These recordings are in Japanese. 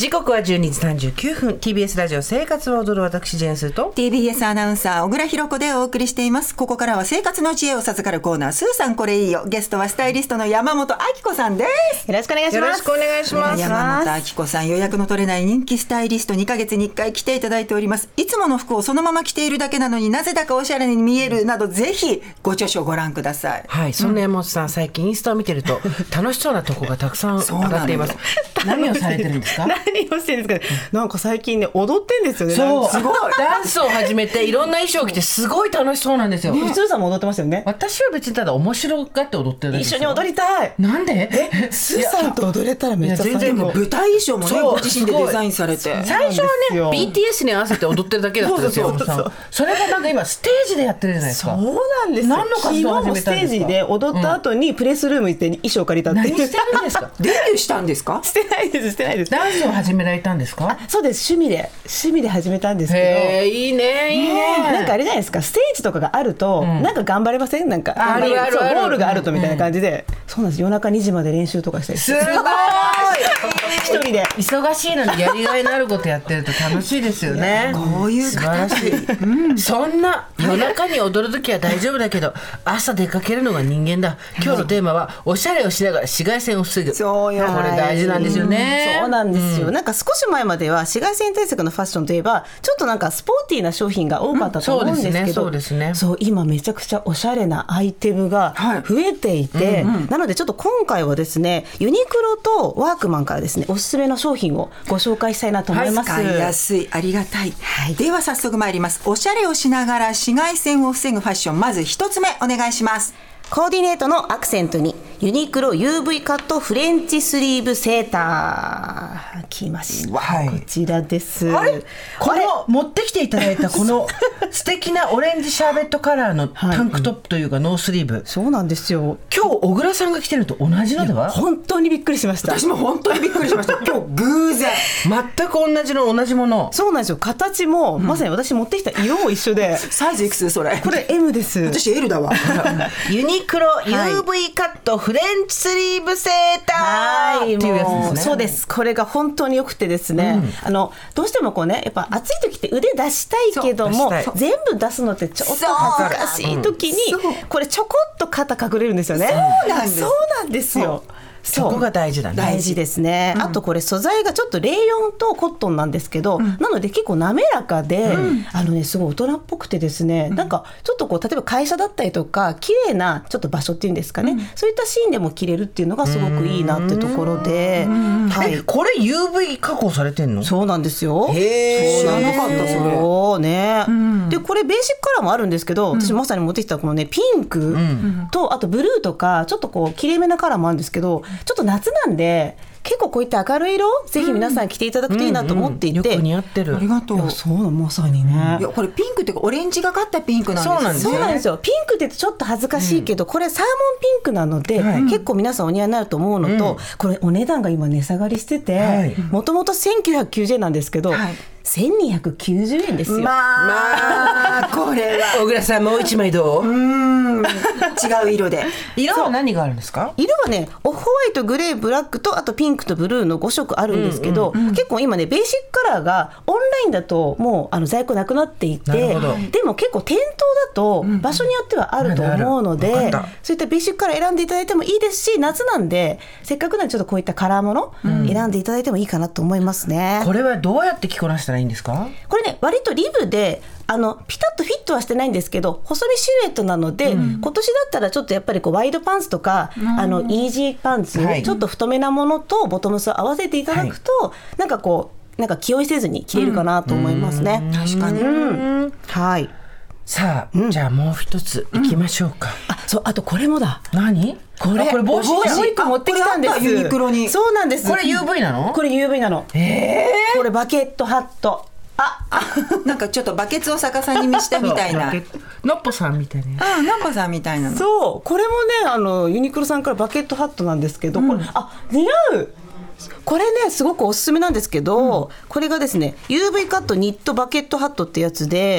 時刻は12時39分 TBS ラジオ生活を踊る私ジェーンスーと TBS アナウンサー小倉弘子でお送りしています。ここからは生活の知恵を授かるコーナー、スーさんこれいいよ。ゲストはスタイリストの山本明子さんです。 よろしくお願いします。 よろしくお願いします。 山本明子さん、予約の取れない人気スタイリスト、2ヶ月に1回来ていただいております。いつもの服をそのまま着ているだけなのになぜだかおしゃれに見えるなど、ぜひご著書をご覧ください。 はい、そんな山本さん、最近インスタを見てると楽しそうなとこがたくさん上がっています。何をされてるんですか？ 何をしてるんですかね。なんか最近ね、踊ってんですよね。 そう、 すごいダンスを始めていろんな衣装を着てすごい楽しそうなんですよ。 普通さんも踊ってましたよね。 私は別にただ面白がって踊ってるだけですよ。 一緒に踊りたい。 なんで？ スーさんと踊れたらめっちゃ最高。 全然もう舞台衣装もね、 そうご自身でデザインされて、 最初はねそうなんですよ BTS に合わせて踊ってるだけだったんですよ。それがなんか今ステージでやってるじゃないですか。 そうなんですよ。 何の活動を始めたんですか？ 昨日もステージで踊った後にプレスルーム行って衣装借りたって。 何してるんですか？ デビューしたんですか？ してないです、してないです。 ダンスを始められたんですか？ そうです、趣味で始めたんですけへー、いいねいいね。 ど、なんかあれじゃないですか、ステージとかがあると、なんか頑張れません？なんかあるあるあるそうゴールがあるとみたいな感じで、そうなんです。夜中2時まで練習とかしたりして。 すごい一人で忙しいのにやりがいのあることやってると楽しいですよね。 こういう素晴らしい、そんな夜中に踊るときは大丈夫だけど朝出かけるのが人間だ。今日のテーマはおしゃれをしながら紫外線を防ぐ。 そうよ、 これ大事なんですよね。 そうなんですよ、なんか少し前までは紫外線対策のファッションといえばちょっとなんかスポーティーな商品が多かったと思うんですけど、 そうですね。 そう今めちゃくちゃおしゃれなアイテムが増えていて、なのでちょっと今回はですね、ユニクロとワークマンからですね、おすすめの商品をご紹介したいなと思います。 使いやすい、ありがたい、では早速参ります。おしゃれをしながら紫外線を防ぐファッション、まず一つ目お願いします。 コーディネートのアクセントにユニクロ UV カットフレンチスリーブセーター来ました、 はい、 こちらです。 あれこの持ってきていただいたこの素敵なオレンジシャーベットカラーのタンクトップというかノースリーブ、 そうなんですよ。 今日小倉さんが着てると同じのでは？ 本当にびっくりしました。 私も本当にびっくりしました今日偶然全く同じの同じもの。 そうなんですよ。形も、まさに私持ってきた色も一緒でサイズいくつそれ？ これ M です。 私 L だわユニクロ UV カットフレンチスリーブセーターっていうやつですね。 そうです。これが本当によくてですね、どうしてもこうね、やっぱ暑い時って腕出したいけども全部出すのってちょっと恥ずかしい時にこれちょこっと肩隠れるんですよね。そうなんですよ。 そこが大事だね。 大事ですね、あとこれ素材がちょっとレーヨンとコットンなんですけど、なので結構滑らかで、すごい大人っぽくてですね、なんかちょっとこう例えば会社だったりとか綺麗なちょっと場所っていうんですかね、そういったシーンでも着れるっていうのがすごくいいなってところで、 これ UV 加工されてんの？ そうなんですよ。 知らなかったそれ。 そうね、でこれベーシックカラーもあるんですけど、私まさに持ってきたこのねピンクと、あとブルーとかちょっとこうきれいめなカラーもあるんですけど、ちょっと夏なんで結構こういった明るい色ぜひ皆さん着ていただくといいなと思っていて、 よく似合ってる。 ありがとう。 そうなの、まさにね、 いやこれピンクっていうかオレンジがかったピンクなんですよ。 そうなんですそうなんですよ。ピンクって言ってちょっと恥ずかしいけど、これサーモンピンクなので、結構皆さんお似合いになると思うのと、これお値段が今値下がりしてて、もともと1990円なんですけど、1290円ですよ。 まあこれは小倉さんもう一枚どう？ 違う色で。 色は何があるんですか？ 色はね、オフホワイト、グレー、ブラックとあとピンクとブルーの5色あるんですけど、結構今ねベーシックカラーがオンラインだともう在庫なくなっていて、でも結構店頭だと場所によってはあると思うので、そういったベーシックカラー選んでいただいてもいいですし、夏なんでせっかくなんでちょっとこういったカラーもの選んでいただいてもいいかなと思いますね。 これはどうやって着こなしたらいいんですか？ これね、割とリブでピタッとフィットはしてないんですけど細身シルエットなので、今年だったらちょっとやっぱりこうワイドパンツとか、イージーパンツ、ちょっと太めなものとボトムスを合わせていただくと、なんかこうなんか気負いせずに着れるかなと思いますね。 確かに、 はい。 さあ、じゃあもう一ついきましょうか。 そう、あとこれもだ。 何？これ帽子じゃん。 もう一個持ってきたんです。 ユニクロに。 そうなんです。 これ UV なの？ これ UV なの。これバケットハット。 なんかちょっとバケツを逆さに見したみたいな。 のっぽさんみたいな。 ナンパさんみたいなの。 そう、これもねユニクロさんからバケットハットなんですけど、これ似合う。これねすごくおすすめなんですけど、これがですね UV カットニットバケットハットってやつで、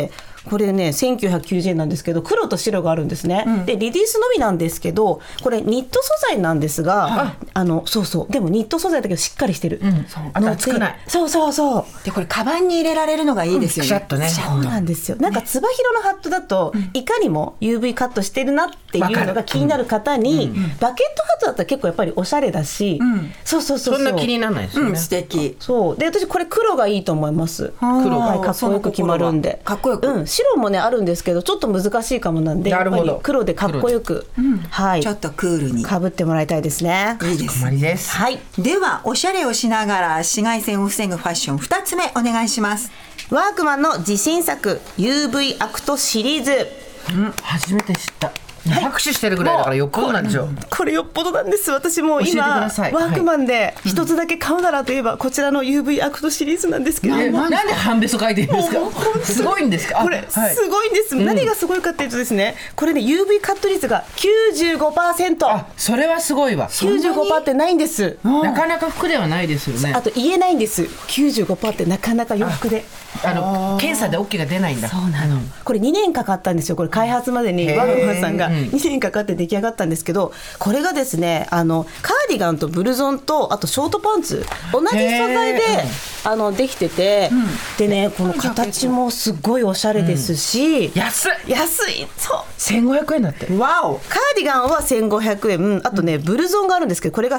これね1990円なんですけど、黒と白があるんですね、でリディースのみなんですけど、これニット素材なんですが、そうそう、でもニット素材だけどしっかりしてる、 熱くない。 そうそうそう。 でこれカバンに入れられるのがいいですよね。 くしゃっとね。 そうなんですよ。なんかつば広のハットだと、いかにも UV カットしてるなっていうのが気になる方に、バケットハットだったら結構やっぱりおしゃれだし、そうそうそうそう、 そんな気にならないですよね。 素敵。 そうで、私これ黒がいいと思います。 黒はい、かっこよく決まるんで。 かっこよく、 白もねあるんですけどちょっと難しいかもなんで、やっぱり黒でかっこよく、はい、 ちょっとクールにかぶってもらいたいですね。 いいです。 困りです。 はい。 ではおしゃれをしながら紫外線を防ぐファッション2つ目お願いします。 ワークマンの自信作 UV アクトシリーズ。 初めて知った。拍手してるぐらいだからよっぽどなんでしょう。 これよっぽどなんです。私も教えてく今ださい。 ワークマンで一つだけ買うならといえばこちらの UV アクトシリーズなんですけども、 なんで半べそ書いてるんですか。すごいんですか。 これすごいんです、何がすごいかっていうとですね、これね UV カット率が 95%。 あ、それはすごいわ。 95% ってないんです。 なかなか服ではないですよね。 あと言えないんです。 95% ってなかなか洋服で検査で OK が出ないんだ。 そうなの、これ2年かかったんですよ。これ開発までにワークマンさんが2年かかって出来上がったんですけど、これがですねカーディガンとブルゾンとあとショートパンツ同じ素材でできてて、でねこの形もすごいおしゃれですし、 安い。 そう 1500円だって。 わお。 カーディガンは1500円、あとねブルゾンがあるんですけどこれが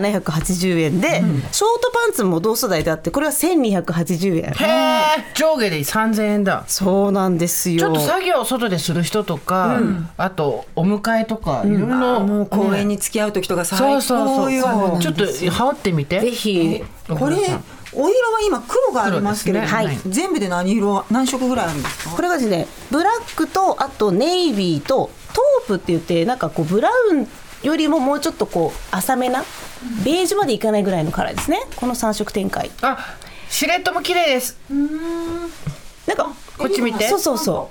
1780円で、ショートパンツも同素材であってこれは1280円。 へー、上下で3000円だ。 そうなんですよ。 ちょっと作業を外でする人とか、あとお迎えとかいろいろ、 もう公園に付き合う時とか最高よ。 ちょっと羽織ってみて。 ぜひ。 これお色は今黒がありますけれども、 黒ですね。 全部で何色ぐらいあるんですか。 これがですねブラックとあとネイビーとトープって言って、なんかこうブラウンよりももうちょっとこう浅めなベージュまでいかないぐらいのカラーですね。この3色展開。 あ、シルエットも綺麗です。 なんかこっち見て。 そうそうそう。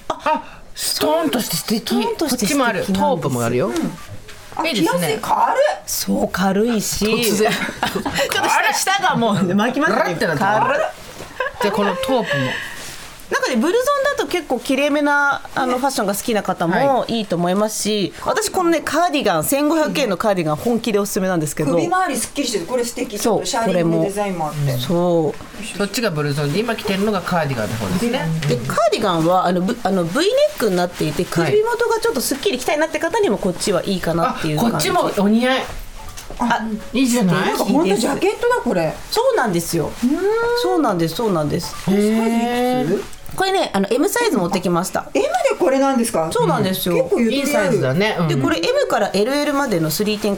あ、ストーンとして素敵。 ストーンとしてこっちもある。トープもあるよ。いいですね。 軽い。 そう軽いし、 突然ちょっと下がもう巻きますね。 軽いってなってる。じゃあこのトープも。 なんかねブルゾンだと結構きれいめなファッションが好きな方もいいと思いますし、私このねカーディガン1500円のカーディガン本気でおすすめなんですけど、 首周りすっきりしてる。これ素敵。 そうシャーリングデザインもあって、 そうそっちがブルゾンで今着てるのがカーディガンの方ですね。 でカーディガンはV ネックになっていて首元がちょっとすっきり着たいなって方にもこっちはいいかなっていう感じ。 こっちもお似合い。いいじゃない。 なんか本当ジャケットだこれ。 そうなんですよ。そうなんですそうなんです。これねM サイズ持ってきました。 M でこれなんですか。 そうなんですよ。 結構ゆとりある。 いいサイズだね。 でこれ M から LL までの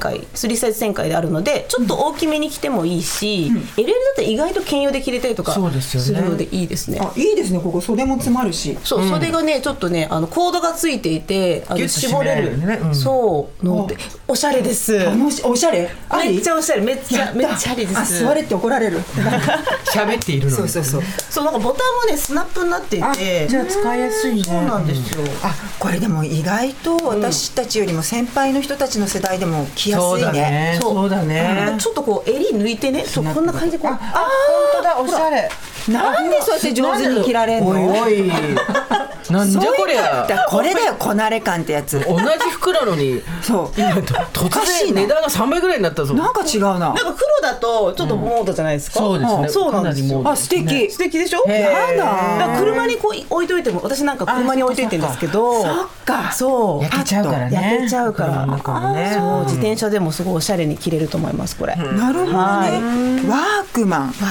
3サイズ展開であるのでちょっと大きめに着てもいいし、LL だって意外と兼用で着れたりとかするのでいいですね。 あ、いいですね。ここ袖も詰まるし。 そう、袖がねちょっとねコードがついていて絞れる、そうのでおしゃれです。 おしゃれ。 めっちゃおしゃれ。めっちゃありです。 あ、座れって怒られる。 喋っているのに。 そうなんかボタンもねスナップになっていて、 じゃあ使いやすいね。 そうなんですよ。 あ、これでも意外と私たちよりも先輩の人たちの世代でも着やすいね。 そうだね。 ちょっとこう襟抜いてね、そうこんな感じでこう、 本当だ、おしゃれ。 なんでそうやって上手に着られんの。 おいなんじゃこりゃ。 これだよ、こなれ感ってやつ。 同じ服なのにそう突然値段が3倍ぐらいになったぞ。 なんか違うな。 なんか黒だとちょっとモードじゃないですか。 そうですね。 そうなんですよ。 あ、素敵。 素敵でしょ。 やだ。 車にこう置いといても、私なんか車に置いといてるんですけど、 そっか。 そう焼けちゃうからね。 焼けちゃうから。そう自転車でもすごいおしゃれに着れると思いますこれ。 なるほどね。ワークマン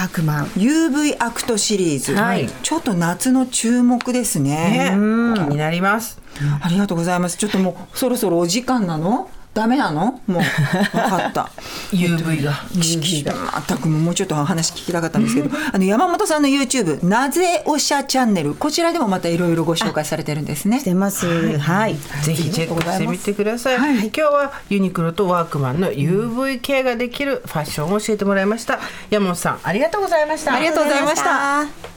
UV アクトシリーズ。ちょっと夏の注目ですね。 気になります。 ありがとうございます。ちょっともうそろそろお時間なの？ダメなの？もう分かった。 UV が。 全くもうちょっと話聞きたかったんですけど、山本さんの YouTube なぜおしゃチャンネル、こちらでもまたいろいろご紹介されてるんですね。 してます。はい。 ぜひチェックしてみてください。今日はユニクロとワークマンの UV ケアができるファッションを教えてもらいました。山本さんありがとうございました。 ありがとうございました。